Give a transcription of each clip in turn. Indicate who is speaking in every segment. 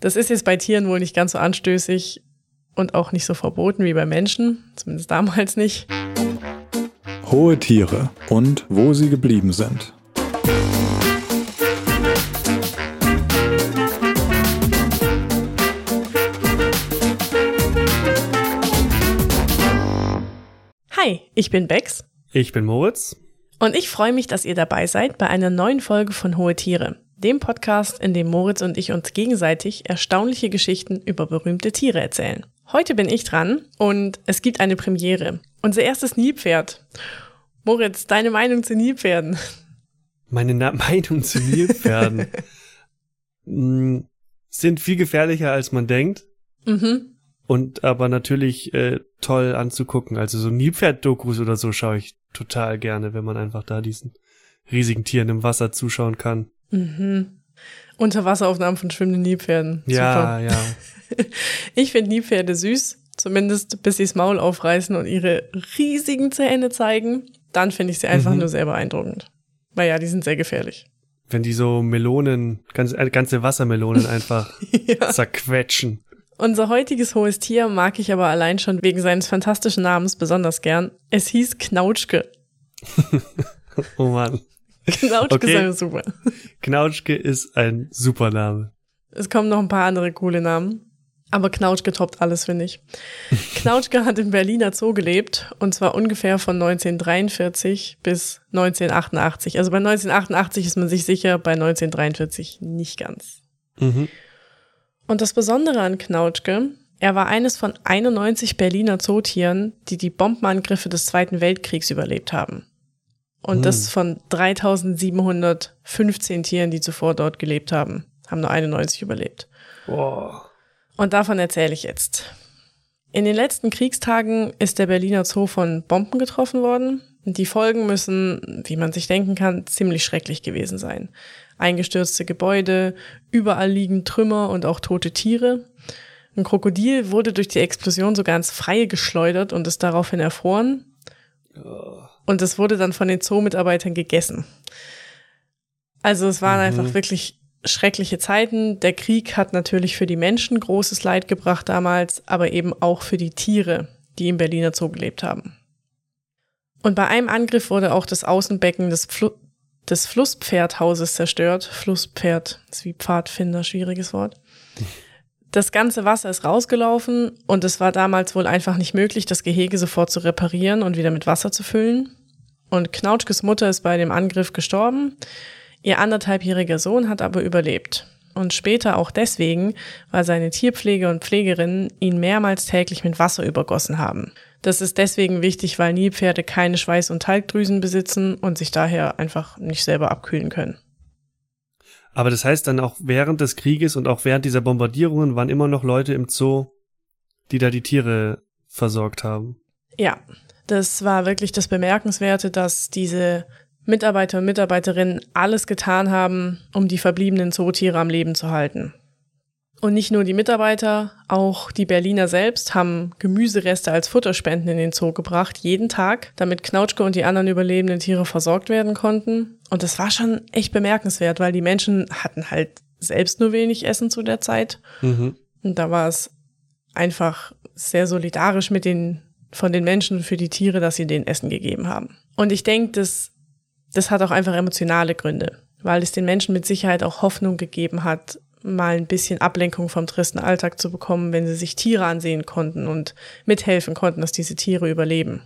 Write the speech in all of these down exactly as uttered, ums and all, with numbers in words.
Speaker 1: Das ist jetzt bei Tieren wohl nicht ganz so anstößig und auch nicht so verboten wie bei Menschen, zumindest damals nicht.
Speaker 2: Hohe Tiere und wo sie geblieben sind.
Speaker 1: Hi, ich bin Bex.
Speaker 3: Ich bin Moritz.
Speaker 1: Und ich freue mich, dass ihr dabei seid bei einer neuen Folge von Hohe Tiere, dem Podcast, in dem Moritz und ich uns gegenseitig erstaunliche Geschichten über berühmte Tiere erzählen. Heute bin ich dran und es gibt eine Premiere. Unser erstes Nilpferd. Moritz, deine Meinung zu Nilpferden?
Speaker 3: Meine Na- Meinung zu Nilpferden mh, sind viel gefährlicher, als man denkt.
Speaker 1: Mhm.
Speaker 3: Und aber natürlich äh, toll anzugucken. Also so Nilpferd-Dokus oder so schaue ich total gerne, wenn man einfach da diesen riesigen Tieren im Wasser zuschauen kann.
Speaker 1: Mhm. Unterwasseraufnahmen von schwimmenden Nilpferden.
Speaker 3: Ja,
Speaker 1: Super.
Speaker 3: ja.
Speaker 1: Ich finde Nilpferde süß, zumindest bis sie das Maul aufreißen und ihre riesigen Zähne zeigen. Dann finde ich sie einfach
Speaker 3: Mhm.
Speaker 1: nur sehr beeindruckend. Weil ja, die sind sehr gefährlich.
Speaker 3: Wenn die so Melonen, ganze, äh, ganze Wassermelonen einfach
Speaker 1: Ja.
Speaker 3: zerquetschen.
Speaker 1: Unser heutiges hohes Tier mag ich aber allein schon wegen seines fantastischen Namens besonders gern. Es hieß Knautschke.
Speaker 3: Oh Mann.
Speaker 1: Knautschke
Speaker 3: Okay.
Speaker 1: ist einfach super.
Speaker 3: Knautschke ist ein super Name.
Speaker 1: Es kommen noch ein paar andere coole Namen. Aber Knautschke toppt alles, finde ich. Knautschke hat im Berliner Zoo gelebt und zwar ungefähr von neunzehnhundertdreiundvierzig bis neunzehnhundertachtundachtzig. Also bei neunzehnhundertachtundachtzig ist man sich sicher, bei neunzehnhundertdreiundvierzig nicht ganz.
Speaker 3: Mhm.
Speaker 1: Und das Besondere an Knautschke, er war eines von einundneunzig Berliner Zootieren, die die Bombenangriffe des Zweiten Weltkriegs überlebt haben. Und
Speaker 3: Hm.
Speaker 1: das von dreitausendsiebenhundertfünfzehn Tieren, die zuvor dort gelebt haben, haben nur einundneunzig überlebt.
Speaker 3: Boah.
Speaker 1: Und davon erzähle ich jetzt. In den letzten Kriegstagen ist der Berliner Zoo von Bomben getroffen worden. Und die Folgen müssen, wie man sich denken kann, ziemlich schrecklich gewesen sein. Eingestürzte Gebäude, überall liegen Trümmer und auch tote Tiere. Ein Krokodil wurde durch die Explosion sogar ins Freie geschleudert und ist daraufhin erfroren. Und es wurde dann von den Zoo-Mitarbeitern gegessen. Also es waren
Speaker 3: Mhm.
Speaker 1: einfach wirklich schreckliche Zeiten. Der Krieg hat natürlich für die Menschen großes Leid gebracht damals, aber eben auch für die Tiere, die im Berliner Zoo gelebt haben. Und bei einem Angriff wurde auch das Außenbecken des, Flu- des Flusspferdhauses zerstört. Flusspferd ist wie Pfadfinder, schwieriges Wort. Das ganze Wasser ist rausgelaufen und es war damals wohl einfach nicht möglich, das Gehege sofort zu reparieren und wieder mit Wasser zu füllen. Und Knautschkes Mutter ist bei dem Angriff gestorben. Ihr anderthalbjähriger Sohn hat aber überlebt. Und später auch deswegen, weil seine Tierpfleger und Pflegerinnen ihn mehrmals täglich mit Wasser übergossen haben. Das ist deswegen wichtig, weil Nilpferde keine Schweiß- und Talgdrüsen besitzen und sich daher einfach nicht selber abkühlen können.
Speaker 3: Aber das heißt dann auch während des Krieges und auch während dieser Bombardierungen waren immer noch Leute im Zoo, die da die Tiere versorgt haben.
Speaker 1: Ja, das war wirklich das Bemerkenswerte, dass diese Mitarbeiter und Mitarbeiterinnen alles getan haben, um die verbliebenen Zootiere am Leben zu halten. Und nicht nur die Mitarbeiter, auch die Berliner selbst haben Gemüsereste als Futterspenden in den Zoo gebracht, jeden Tag, damit Knautschke und die anderen überlebenden Tiere versorgt werden konnten. Und das war schon echt bemerkenswert, weil die Menschen hatten halt selbst nur wenig Essen zu der Zeit.
Speaker 3: Mhm.
Speaker 1: Und da war es einfach sehr solidarisch mit den, von den Menschen für die Tiere, dass sie denen Essen gegeben haben. Und ich denke, das, das hat auch einfach emotionale Gründe, weil es den Menschen mit Sicherheit auch Hoffnung gegeben hat, mal ein bisschen Ablenkung vom tristen Alltag zu bekommen, wenn sie sich Tiere ansehen konnten und mithelfen konnten, dass diese Tiere überleben.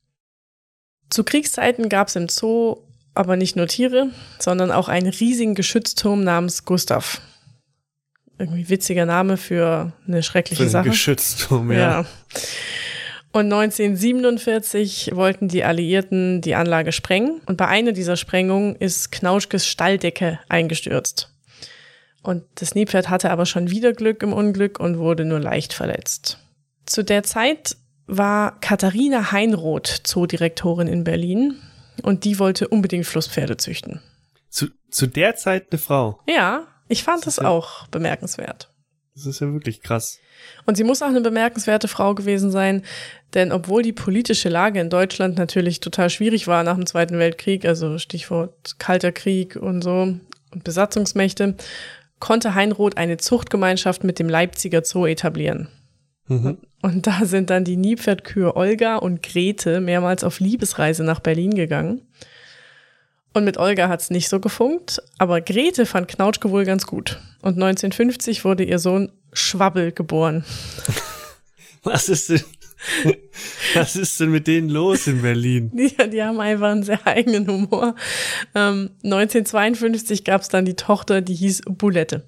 Speaker 1: Zu Kriegszeiten gab es im Zoo aber nicht nur Tiere, sondern auch einen riesigen Geschützturm namens Gustav. Irgendwie witziger Name für eine schreckliche
Speaker 3: Für
Speaker 1: Sache.
Speaker 3: den Geschützturm, ja.
Speaker 1: Ja. Und neunzehnhundertsiebenundvierzig wollten die Alliierten die Anlage sprengen. Und bei einer dieser Sprengungen ist Knautschkes Stalldecke eingestürzt. Und das Nilpferd hatte aber schon wieder Glück im Unglück und wurde nur leicht verletzt. Zu der Zeit war Katharina Heinroth Zoodirektorin in Berlin und die wollte unbedingt Flusspferde züchten.
Speaker 3: Zu, zu der Zeit eine Frau.
Speaker 1: Ja, ich fand
Speaker 3: Das
Speaker 1: das
Speaker 3: ist ja-
Speaker 1: auch bemerkenswert.
Speaker 3: Das ist ja wirklich krass.
Speaker 1: Und sie muss auch eine bemerkenswerte Frau gewesen sein, denn obwohl die politische Lage in Deutschland natürlich total schwierig war nach dem Zweiten Weltkrieg, also Stichwort Kalter Krieg und so und Besatzungsmächte, konnte Heinroth eine Zuchtgemeinschaft mit dem Leipziger Zoo etablieren.
Speaker 3: Mhm.
Speaker 1: Und da sind dann die Nilpferdkühe Olga und Grete mehrmals auf Liebesreise nach Berlin gegangen. Und mit Olga hat's nicht so gefunkt, aber Grete fand Knautschke wohl ganz gut. Und neunzehnhundertfünfzig wurde ihr Sohn Schwabbel geboren.
Speaker 3: Was ist denn, was ist denn mit denen los in Berlin?
Speaker 1: Die, die haben einfach einen sehr eigenen Humor. Ähm, neunzehnhundertzweiundfünfzig gab's dann die Tochter, die hieß Bulette.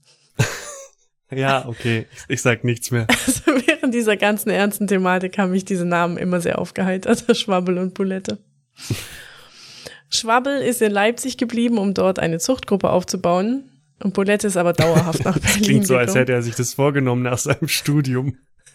Speaker 3: Ja, okay, ich, ich sag nichts mehr.
Speaker 1: Also während dieser ganzen ernsten Thematik haben mich diese Namen immer sehr aufgeheitert, Schwabbel und Bulette. Schwabbel ist in Leipzig geblieben, um dort eine Zuchtgruppe aufzubauen. Und Bulette ist aber dauerhaft nach Berlin
Speaker 3: Klingt so,
Speaker 1: gekommen.
Speaker 3: als hätte er sich das vorgenommen nach seinem Studium.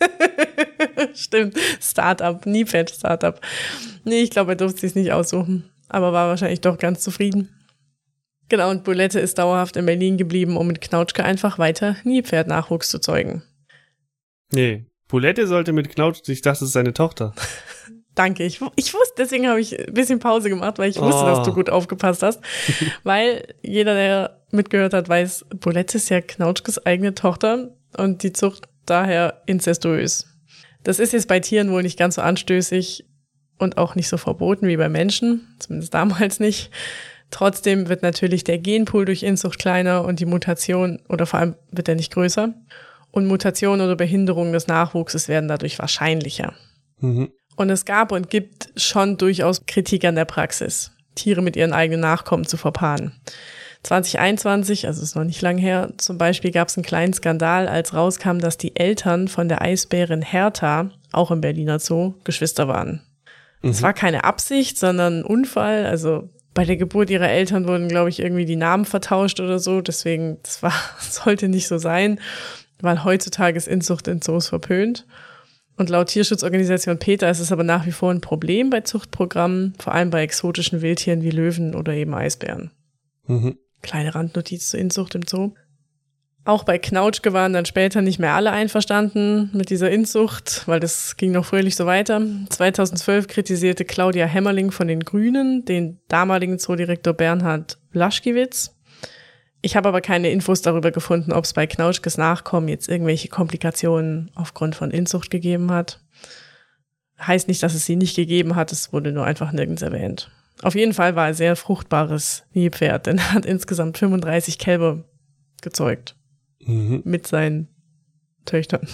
Speaker 1: Stimmt, Start-up, Nilpferd-Start-up. Nee, ich glaube, er durfte sich nicht aussuchen, aber war wahrscheinlich doch ganz zufrieden. Genau, und Bulette ist dauerhaft in Berlin geblieben, um mit Knautschke einfach weiter Nilpferd-Nachwuchs zu zeugen.
Speaker 3: Nee, Bulette sollte mit Knautschke, ich dachte, das ist seine Tochter.
Speaker 1: Danke, ich, ich wusste, deswegen habe ich ein bisschen Pause gemacht, weil ich wusste,
Speaker 3: Oh.
Speaker 1: dass du gut aufgepasst hast. Weil jeder, der mitgehört hat, weiß, Bulette ist ja Knautschkes eigene Tochter und die Zucht daher inzestuös. Das ist jetzt bei Tieren wohl nicht ganz so anstößig und auch nicht so verboten wie bei Menschen, zumindest damals nicht. Trotzdem wird natürlich der Genpool durch Inzucht kleiner und die Mutation, oder vor allem wird er nicht größer. Und Mutationen oder Behinderungen des Nachwuchses werden dadurch wahrscheinlicher.
Speaker 3: Mhm.
Speaker 1: Und es gab und gibt schon durchaus Kritik an der Praxis, Tiere mit ihren eigenen Nachkommen zu verpaaren. zwanzig einundzwanzig, also ist noch nicht lang her, zum Beispiel gab es einen kleinen Skandal, als rauskam, dass die Eltern von der Eisbärin Hertha, auch im Berliner Zoo, Geschwister waren. Es
Speaker 3: Mhm.
Speaker 1: war keine Absicht, sondern ein Unfall. Also bei der Geburt ihrer Eltern wurden, glaube ich, irgendwie die Namen vertauscht oder so. Deswegen, das war, sollte nicht so sein, weil heutzutage ist Inzucht in Zoos verpönt. Und laut Tierschutzorganisation PETA ist es aber nach wie vor ein Problem bei Zuchtprogrammen, vor allem bei exotischen Wildtieren wie Löwen oder eben Eisbären.
Speaker 3: Mhm.
Speaker 1: Kleine Randnotiz zur Inzucht im Zoo. Auch bei Knautschke waren dann später nicht mehr alle einverstanden mit dieser Inzucht, weil das ging noch fröhlich so weiter. zweitausendzwölf kritisierte Claudia Hämmerling von den Grünen den damaligen Zoodirektor Bernhard Blaschkiewicz. Ich habe aber keine Infos darüber gefunden, ob es bei Knautschkes Nachkommen jetzt irgendwelche Komplikationen aufgrund von Inzucht gegeben hat. Heißt nicht, dass es sie nicht gegeben hat, es wurde nur einfach nirgends erwähnt. Auf jeden Fall war er sehr fruchtbares Nilpferd, denn er hat insgesamt fünfunddreißig Kälber gezeugt.
Speaker 3: Mhm.
Speaker 1: Mit seinen Töchtern.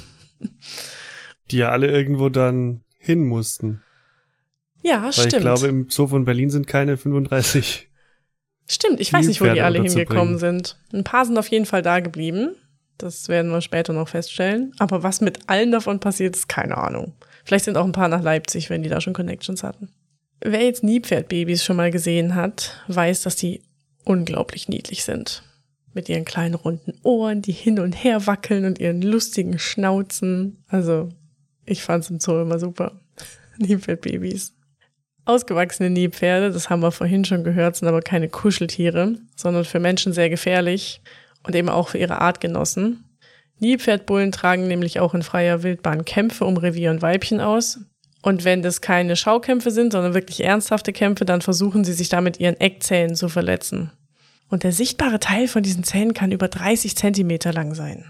Speaker 3: Die ja alle irgendwo dann hin mussten.
Speaker 1: Ja,
Speaker 3: Weil
Speaker 1: stimmt.
Speaker 3: ich glaube, im Zoo von Berlin sind keine fünfunddreißig.
Speaker 1: Stimmt, ich weiß nicht, wo die
Speaker 3: Nilpferde
Speaker 1: alle
Speaker 3: unterzubringen.
Speaker 1: hingekommen sind. Ein paar sind auf jeden Fall da geblieben. Das werden wir später noch feststellen. Aber was mit allen davon passiert, ist keine Ahnung. Vielleicht sind auch ein paar nach Leipzig, wenn die da schon Connections hatten. Wer jetzt Nilpferdbabys schon mal gesehen hat, weiß, dass die unglaublich niedlich sind. Mit ihren kleinen runden Ohren, die hin und her wackeln und ihren lustigen Schnauzen. Also, ich fand's im Zoo immer super. Nilpferdbabys. Ausgewachsene Nilpferde, das haben wir vorhin schon gehört, sind aber keine Kuscheltiere, sondern für Menschen sehr gefährlich und eben auch für ihre Artgenossen. Nilpferdbullen tragen nämlich auch in freier Wildbahn Kämpfe um Revier und Weibchen aus. Und wenn das keine Schaukämpfe sind, sondern wirklich ernsthafte Kämpfe, dann versuchen sie sich damit ihren Eckzähnen zu verletzen. Und der sichtbare Teil von diesen Zähnen kann über dreißig Zentimeter lang sein.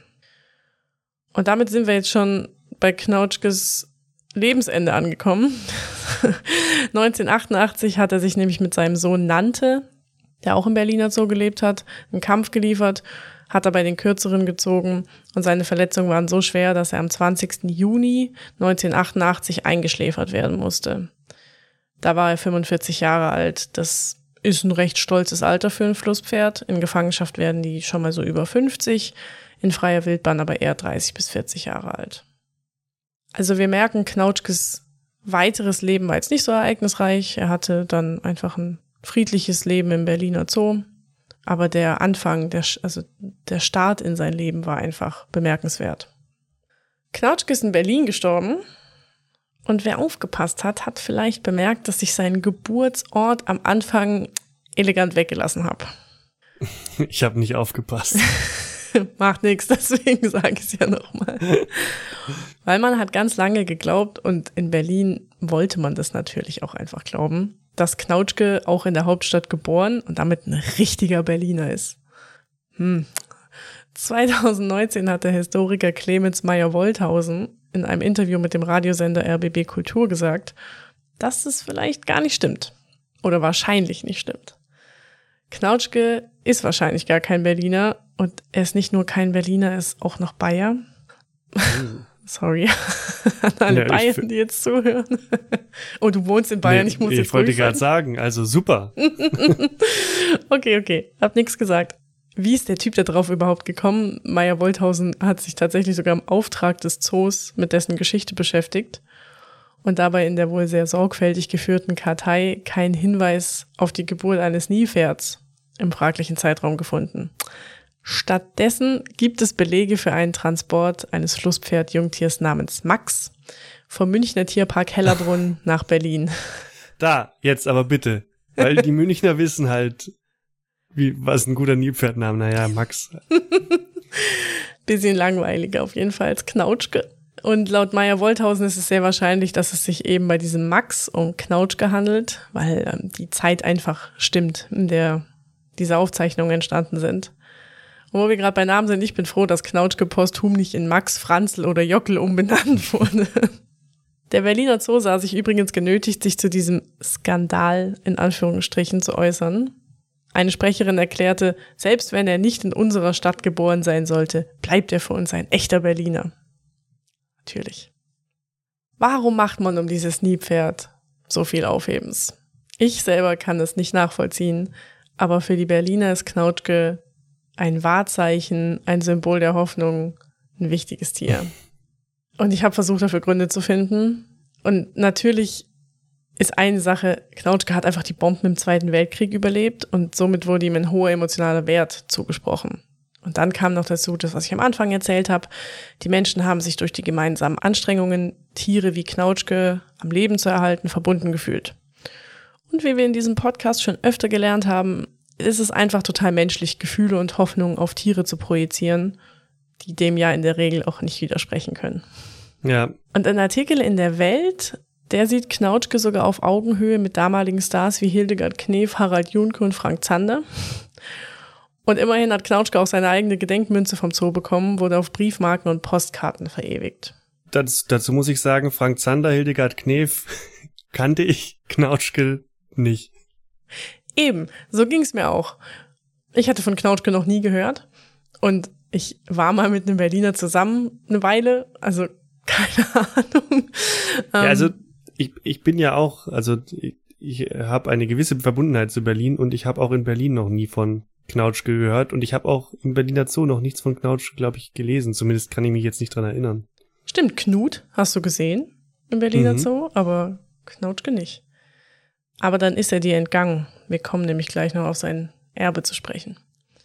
Speaker 1: Und damit sind wir jetzt schon bei Knautschkes Lebensende angekommen. neunzehnhundertachtundachtzig hat er sich nämlich mit seinem Sohn Nante, der auch im Berliner Zoo gelebt hat, einen Kampf geliefert, hat er bei den Kürzeren gezogen und seine Verletzungen waren so schwer, dass er am zwanzigsten Juni neunzehnhundertachtundachtzig eingeschläfert werden musste. Da war er fünfundvierzig Jahre alt. Das ist ein recht stolzes Alter für ein Flusspferd. In Gefangenschaft werden die schon mal so über fünfzig, in freier Wildbahn aber eher dreißig bis vierzig Jahre alt. Also wir merken, Knautschkes weiteres Leben war jetzt nicht so ereignisreich. Er hatte dann einfach ein friedliches Leben im Berliner Zoo. Aber der Anfang, der, also der Start in sein Leben war einfach bemerkenswert. Knautschke ist in Berlin gestorben. Und wer aufgepasst hat, hat vielleicht bemerkt, dass ich seinen Geburtsort am Anfang elegant weggelassen habe.
Speaker 3: Ich habe nicht aufgepasst.
Speaker 1: Macht nichts, deswegen sage ich es ja nochmal. Weil man hat ganz lange geglaubt, und in Berlin wollte man das natürlich auch einfach glauben, dass Knautschke auch in der Hauptstadt geboren und damit ein richtiger Berliner ist. Hm. zweitausendneunzehn hat der Historiker Clemens Meyer-Wolthausen in einem Interview mit dem Radiosender R B B Kultur gesagt, dass es vielleicht gar nicht stimmt. Oder wahrscheinlich nicht stimmt. Knautschke ist wahrscheinlich gar kein Berliner und er ist nicht nur kein Berliner, er ist auch noch Bayer. Mhm. Sorry an alle ja, Bayern, die jetzt zuhören. Oh, du wohnst in Bayern, nee, ich muss
Speaker 3: ich
Speaker 1: jetzt
Speaker 3: Ich wollte gerade sagen, also super.
Speaker 1: Okay, okay, hab nichts gesagt. Wie ist der Typ da drauf überhaupt gekommen? Meyer-Wolthausen hat sich tatsächlich sogar im Auftrag des Zoos mit dessen Geschichte beschäftigt und dabei in der wohl sehr sorgfältig geführten Kartei keinen Hinweis auf die Geburt eines Nilpferds im fraglichen Zeitraum gefunden. Stattdessen gibt es Belege für einen Transport eines Flusspferd-Jungtiers namens Max vom Münchner Tierpark Hellerbrunn nach Berlin.
Speaker 3: Da, jetzt aber bitte, weil die Münchner wissen halt, wie, was ein guter Nilpferdname, naja, Max.
Speaker 1: Bisschen langweiliger auf jeden Fall als Knautschke. Und laut Meyer-Wolthausen ist es sehr wahrscheinlich, dass es sich eben bei diesem Max um Knautschke handelt, weil ähm, die Zeit einfach stimmt, in der diese Aufzeichnungen entstanden sind. Und wo wir gerade bei Namen sind, ich bin froh, dass Knautschke posthum nicht in Max, Franzl oder Jockel umbenannt wurde. Der Berliner Zoo sah sich übrigens genötigt, sich zu diesem Skandal in Anführungsstrichen zu äußern. Eine Sprecherin erklärte, selbst wenn er nicht in unserer Stadt geboren sein sollte, bleibt er für uns ein echter Berliner. Natürlich. Warum macht man um dieses Nilpferd so viel Aufhebens? Ich selber kann es nicht nachvollziehen, aber für die Berliner ist Knautschke ein Wahrzeichen, ein Symbol der Hoffnung, ein wichtiges Tier. Und ich habe versucht, dafür Gründe zu finden. Und natürlich ist eine Sache, Knautschke hat einfach die Bomben im Zweiten Weltkrieg überlebt und somit wurde ihm ein hoher emotionaler Wert zugesprochen. Und dann kam noch dazu, das, was ich am Anfang erzählt habe, die Menschen haben sich durch die gemeinsamen Anstrengungen, Tiere wie Knautschke am Leben zu erhalten, verbunden gefühlt. Und wie wir in diesem Podcast schon öfter gelernt haben, ist es einfach total menschlich, Gefühle und Hoffnungen auf Tiere zu projizieren, die dem ja in der Regel auch nicht widersprechen können.
Speaker 3: Ja.
Speaker 1: Und ein Artikel in der Welt, der sieht Knautschke sogar auf Augenhöhe mit damaligen Stars wie Hildegard Knef, Harald Junke und Frank Zander. Und immerhin hat Knautschke auch seine eigene Gedenkmünze vom Zoo bekommen, wurde auf Briefmarken und Postkarten verewigt.
Speaker 3: Das, dazu muss ich sagen, Frank Zander, Hildegard Knef kannte ich, Knautschke nicht.
Speaker 1: Eben, so ging's mir auch. Ich hatte von Knautschke noch nie gehört und ich war mal mit einem Berliner zusammen eine Weile, also keine Ahnung.
Speaker 3: Ja, also ich, ich bin ja auch, also ich, ich habe eine gewisse Verbundenheit zu Berlin und ich habe auch in Berlin noch nie von Knautschke gehört und ich habe auch im Berliner Zoo noch nichts von Knautschke, glaube ich, gelesen. Zumindest kann ich mich jetzt nicht dran erinnern.
Speaker 1: Stimmt, Knut hast du gesehen im Berliner
Speaker 3: Mhm.
Speaker 1: Zoo, aber Knautschke nicht. Aber dann ist er dir entgangen. Wir kommen nämlich gleich noch auf sein Erbe zu sprechen.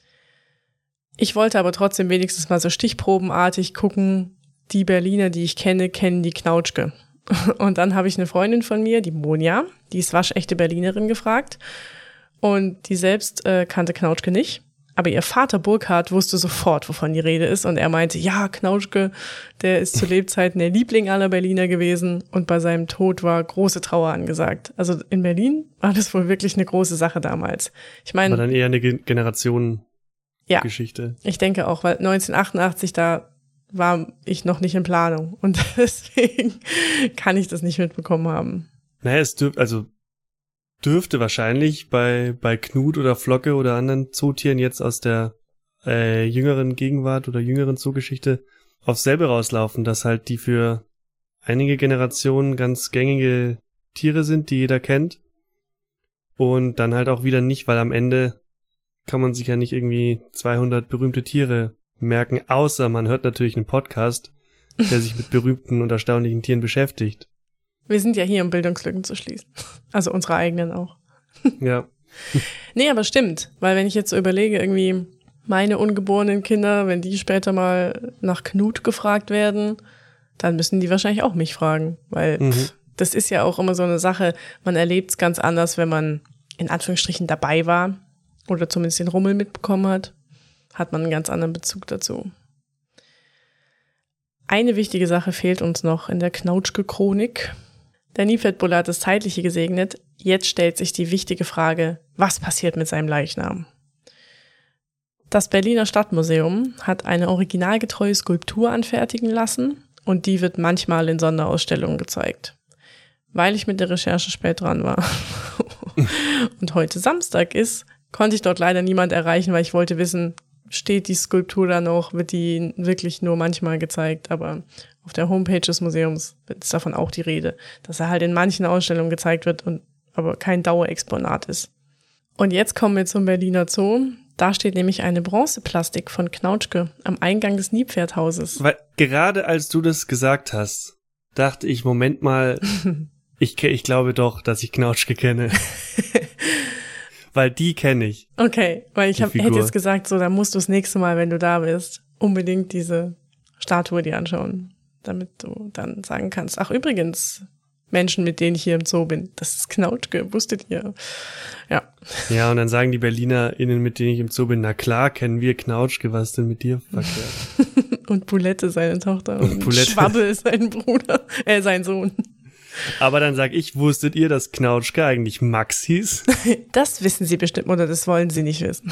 Speaker 1: Ich wollte aber trotzdem wenigstens mal so stichprobenartig gucken, die Berliner, die ich kenne, kennen die Knautschke. Und dann habe ich eine Freundin von mir, die Monja, die ist waschechte Berlinerin, gefragt. Und die selbst äh, kannte Knautschke nicht. Aber ihr Vater Burkhard wusste sofort, wovon die Rede ist. Und er meinte, ja, Knautschke, der ist zu Lebzeiten der Liebling aller Berliner gewesen. Und bei seinem Tod war große Trauer angesagt. Also in Berlin war das wohl wirklich eine große Sache damals. Ich meine,
Speaker 3: war dann eher eine Ge- Generation-Geschichte.
Speaker 1: Ja, ich denke auch, weil neunzehnhundertachtundachtzig, da war ich noch nicht in Planung. Und deswegen kann ich das nicht mitbekommen haben.
Speaker 3: Naja, es dürfte, also dürfte wahrscheinlich bei bei Knut oder Flocke oder anderen Zootieren jetzt aus der äh, jüngeren Gegenwart oder jüngeren Zoogeschichte aufs selbe rauslaufen, dass halt die für einige Generationen ganz gängige Tiere sind, die jeder kennt. Und dann halt auch wieder nicht, weil am Ende kann man sich ja nicht irgendwie zweihundert berühmte Tiere merken, außer man hört natürlich einen Podcast, der sich mit berühmten und erstaunlichen Tieren beschäftigt.
Speaker 1: Wir sind ja hier, um Bildungslücken zu schließen. Also unsere eigenen auch.
Speaker 3: Ja.
Speaker 1: Nee, aber stimmt. Weil wenn ich jetzt so überlege, irgendwie meine ungeborenen Kinder, wenn die später mal nach Knut gefragt werden, dann müssen die wahrscheinlich auch mich fragen. Weil
Speaker 3: Mhm.
Speaker 1: pff, das ist ja auch immer so eine Sache, man erlebt es ganz anders, wenn man in Anführungsstrichen dabei war oder zumindest den Rummel mitbekommen hat, hat man einen ganz anderen Bezug dazu. Eine wichtige Sache fehlt uns noch in der Knautschke-Chronik. Der Nilpferdbulle hat das Zeitliche gesegnet. Jetzt stellt sich die wichtige Frage, was passiert mit seinem Leichnam? Das Berliner Stadtmuseum hat eine originalgetreue Skulptur anfertigen lassen und die wird manchmal in Sonderausstellungen gezeigt. Weil ich mit der Recherche spät dran war und heute Samstag ist, konnte ich dort leider niemand erreichen, weil ich wollte wissen, steht die Skulptur da noch, wird die wirklich nur manchmal gezeigt, aber auf der Homepage des Museums ist davon auch die Rede, dass er halt in manchen Ausstellungen gezeigt wird und aber kein Dauerexponat ist. Und jetzt kommen wir zum Berliner Zoo. Da steht nämlich eine Bronzeplastik von Knautschke am Eingang des Nilpferdhauses.
Speaker 3: Weil gerade als du das gesagt hast, dachte ich, Moment mal, ich, ich glaube doch, dass ich Knautschke kenne. Weil die kenne ich.
Speaker 1: Okay, weil ich hab, hätte jetzt gesagt, so, da musst du das nächste Mal, wenn du da bist, unbedingt diese Statue dir anschauen, damit du dann sagen kannst, ach übrigens, Menschen, mit denen ich hier im Zoo bin, das ist Knautschke, wusstet ihr? Ja.
Speaker 3: Ja, und dann sagen die BerlinerInnen, mit denen ich im Zoo bin, na klar, kennen wir Knautschke, was denn mit dir verkehrt?
Speaker 1: Und Boulette, seine Tochter, und,
Speaker 3: und
Speaker 1: Schwabbe, sein Bruder, äh, sein Sohn.
Speaker 3: Aber dann sag ich, wusstet ihr, dass Knautschke eigentlich Max hieß?
Speaker 1: Das wissen sie bestimmt, oder das wollen sie nicht wissen.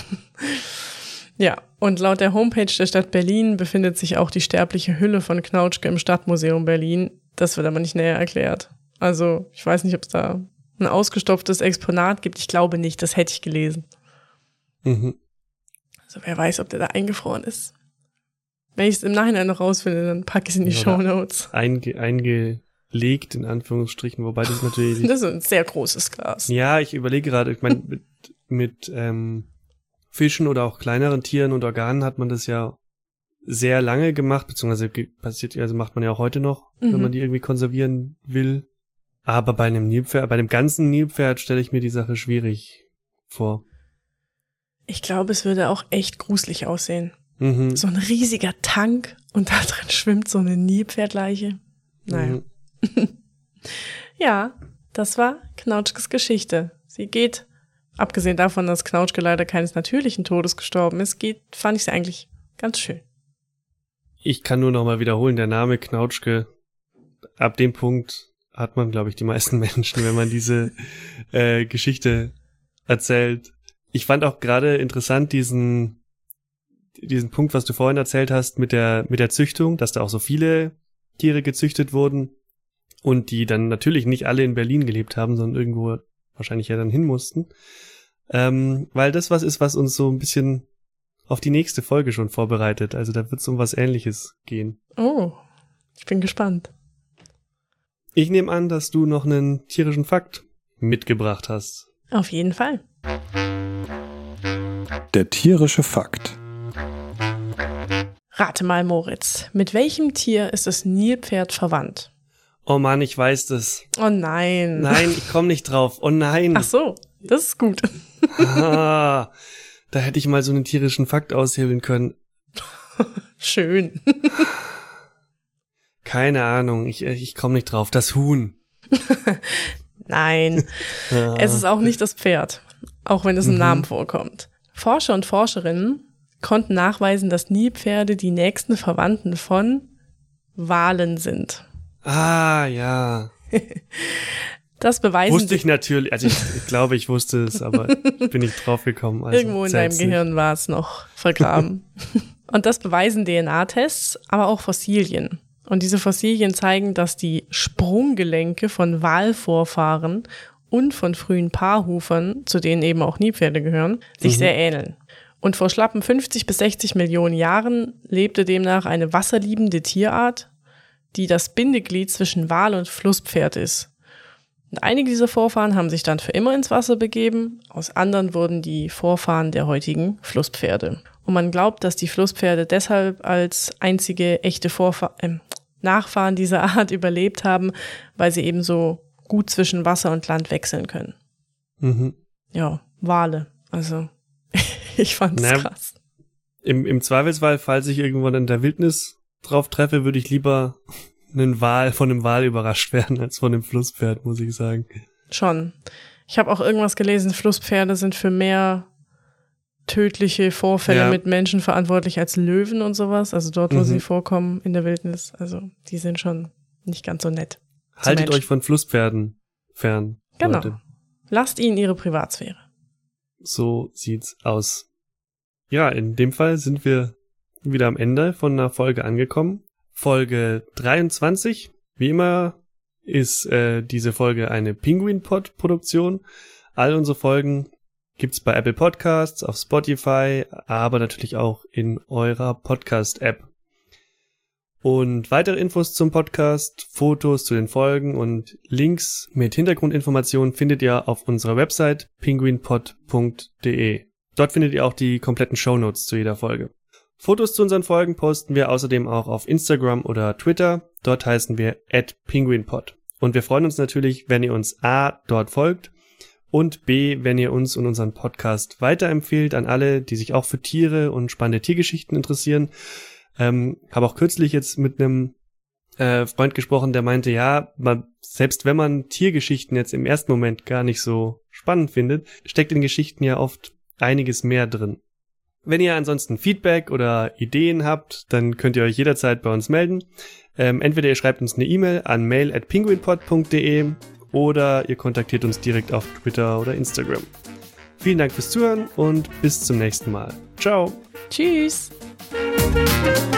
Speaker 1: Ja, und laut der Homepage der Stadt Berlin befindet sich auch die sterbliche Hülle von Knautschke im Stadtmuseum Berlin. Das wird aber nicht näher erklärt. Also, ich weiß nicht, ob es da ein ausgestopftes Exponat gibt. Ich glaube nicht, das hätte ich gelesen.
Speaker 3: Mhm.
Speaker 1: Also, wer weiß, ob der da eingefroren ist. Wenn ich es im Nachhinein noch rausfinde, dann packe ich es in die
Speaker 3: Oder
Speaker 1: Shownotes.
Speaker 3: Einge, eingelegt, in Anführungsstrichen, wobei das natürlich...
Speaker 1: Das ist ein sehr großes Glas.
Speaker 3: Ja, ich überlege gerade, ich meine, mit, mit ähm, Fischen oder auch kleineren Tieren und Organen hat man das ja sehr lange gemacht, beziehungsweise passiert, also macht man ja auch heute noch, mhm. wenn man die irgendwie konservieren will. Aber bei einem Nilpferd, bei dem ganzen Nilpferd stelle ich mir die Sache schwierig vor.
Speaker 1: Ich glaube, es würde auch echt gruselig aussehen.
Speaker 3: Mhm.
Speaker 1: So ein riesiger Tank und da drin schwimmt so eine Nilpferdleiche. Naja. Mhm. Ja, das war Knautschkes Geschichte. Sie geht, abgesehen davon, dass Knautschke leider keines natürlichen Todes gestorben ist, geht, fand ich sie eigentlich ganz schön.
Speaker 3: Ich kann nur noch mal wiederholen, der Name Knautschke, ab dem Punkt hat man, glaube ich, die meisten Menschen, wenn man diese äh, Geschichte erzählt. Ich fand auch gerade interessant diesen diesen Punkt, was du vorhin erzählt hast mit der mit der Züchtung, dass da auch so viele Tiere gezüchtet wurden und die dann natürlich nicht alle in Berlin gelebt haben, sondern irgendwo wahrscheinlich ja dann hin mussten. Ähm, weil das was ist, was uns so ein bisschen auf die nächste Folge schon vorbereitet. Also da wird es um was Ähnliches gehen.
Speaker 1: Oh, ich bin gespannt.
Speaker 3: Ich nehme an, dass du noch einen tierischen Fakt mitgebracht hast.
Speaker 1: Auf jeden Fall.
Speaker 2: Der tierische Fakt.
Speaker 1: Rate mal, Moritz. Mit welchem Tier ist das Nilpferd verwandt?
Speaker 3: Oh Mann, ich weiß das.
Speaker 1: Oh nein.
Speaker 3: Nein, ich komme nicht drauf. Oh nein.
Speaker 1: Ach so, das ist gut.
Speaker 3: Ah, da hätte ich mal so einen tierischen Fakt aushebeln können.
Speaker 1: Schön.
Speaker 3: Keine Ahnung, ich, ich komme nicht drauf. Das Huhn.
Speaker 1: Nein,
Speaker 3: ah.
Speaker 1: Es ist auch nicht das Pferd, auch wenn es im
Speaker 3: Mhm.
Speaker 1: Namen vorkommt. Forscher und Forscherinnen konnten nachweisen, dass Nilpferde die nächsten Verwandten von Walen sind.
Speaker 3: Ah, ja.
Speaker 1: Das beweisen
Speaker 3: Wusste ich natürlich, also ich, ich glaube, ich wusste es, aber ich bin nicht drauf gekommen. Also
Speaker 1: Irgendwo in deinem Gehirn war es noch vergraben. Und das beweisen D N A-Tests, aber auch Fossilien. Und diese Fossilien zeigen, dass die Sprunggelenke von Walvorfahren und von frühen Paarhufern, zu denen eben auch Nilpferde gehören, sich
Speaker 3: Mhm.
Speaker 1: sehr ähneln. Und vor schlappen fünfzig bis sechzig Millionen Jahren lebte demnach eine wasserliebende Tierart, die das Bindeglied zwischen Wal und Flusspferd ist. Und einige dieser Vorfahren haben sich dann für immer ins Wasser begeben, aus anderen wurden die Vorfahren der heutigen Flusspferde. Und man glaubt, dass die Flusspferde deshalb als einzige echte Vorfahr- äh, Nachfahren dieser Art überlebt haben, weil sie eben so gut zwischen Wasser und Land wechseln können.
Speaker 3: Mhm.
Speaker 1: Ja, Wale. Also, ich fand's
Speaker 3: Na,
Speaker 1: krass.
Speaker 3: Im, Im Zweifelsfall, falls ich irgendwann in der Wildnis drauf treffe, würde ich lieber einen Wal, von einem Wal überrascht werden, als von einem Flusspferd, muss ich sagen.
Speaker 1: Schon. Ich habe auch irgendwas gelesen, Flusspferde sind für mehr tödliche Vorfälle
Speaker 3: Ja.
Speaker 1: mit Menschen verantwortlich als Löwen und sowas. Also dort, wo
Speaker 3: Mhm.
Speaker 1: sie vorkommen in der Wildnis. Also die sind schon nicht ganz so nett. zu
Speaker 3: Haltet
Speaker 1: Menschen.
Speaker 3: euch von Flusspferden fern.
Speaker 1: Genau.
Speaker 3: Leute.
Speaker 1: Lasst ihnen ihre Privatsphäre.
Speaker 3: So sieht's aus. Ja, in dem Fall sind wir wieder am Ende von einer Folge angekommen. Folge dreiundzwanzig. Wie immer ist äh, diese Folge eine Penguin-Pod-Produktion. All unsere Folgen gibt's bei Apple Podcasts, auf Spotify, aber natürlich auch in eurer Podcast-App. Und weitere Infos zum Podcast, Fotos zu den Folgen und Links mit Hintergrundinformationen findet ihr auf unserer Website penguinpod punkt de. Dort findet ihr auch die kompletten Shownotes zu jeder Folge. Fotos zu unseren Folgen posten wir außerdem auch auf Instagram oder Twitter. Dort heißen wir at penguinpod. Und wir freuen uns natürlich, wenn ihr uns A, dort folgt und B, wenn ihr uns und unseren Podcast weiterempfehlt an alle, die sich auch für Tiere und spannende Tiergeschichten interessieren. Ähm, habe auch kürzlich jetzt mit einem äh, Freund gesprochen, der meinte, ja, man, selbst wenn man Tiergeschichten jetzt im ersten Moment gar nicht so spannend findet, steckt in Geschichten ja oft einiges mehr drin. Wenn ihr ansonsten Feedback oder Ideen habt, dann könnt ihr euch jederzeit bei uns melden. Ähm, entweder ihr schreibt uns eine E-Mail an mail at penguinpod punkt de oder ihr kontaktiert uns direkt auf Twitter oder Instagram. Vielen Dank fürs Zuhören und bis zum nächsten Mal. Ciao.
Speaker 1: Tschüss.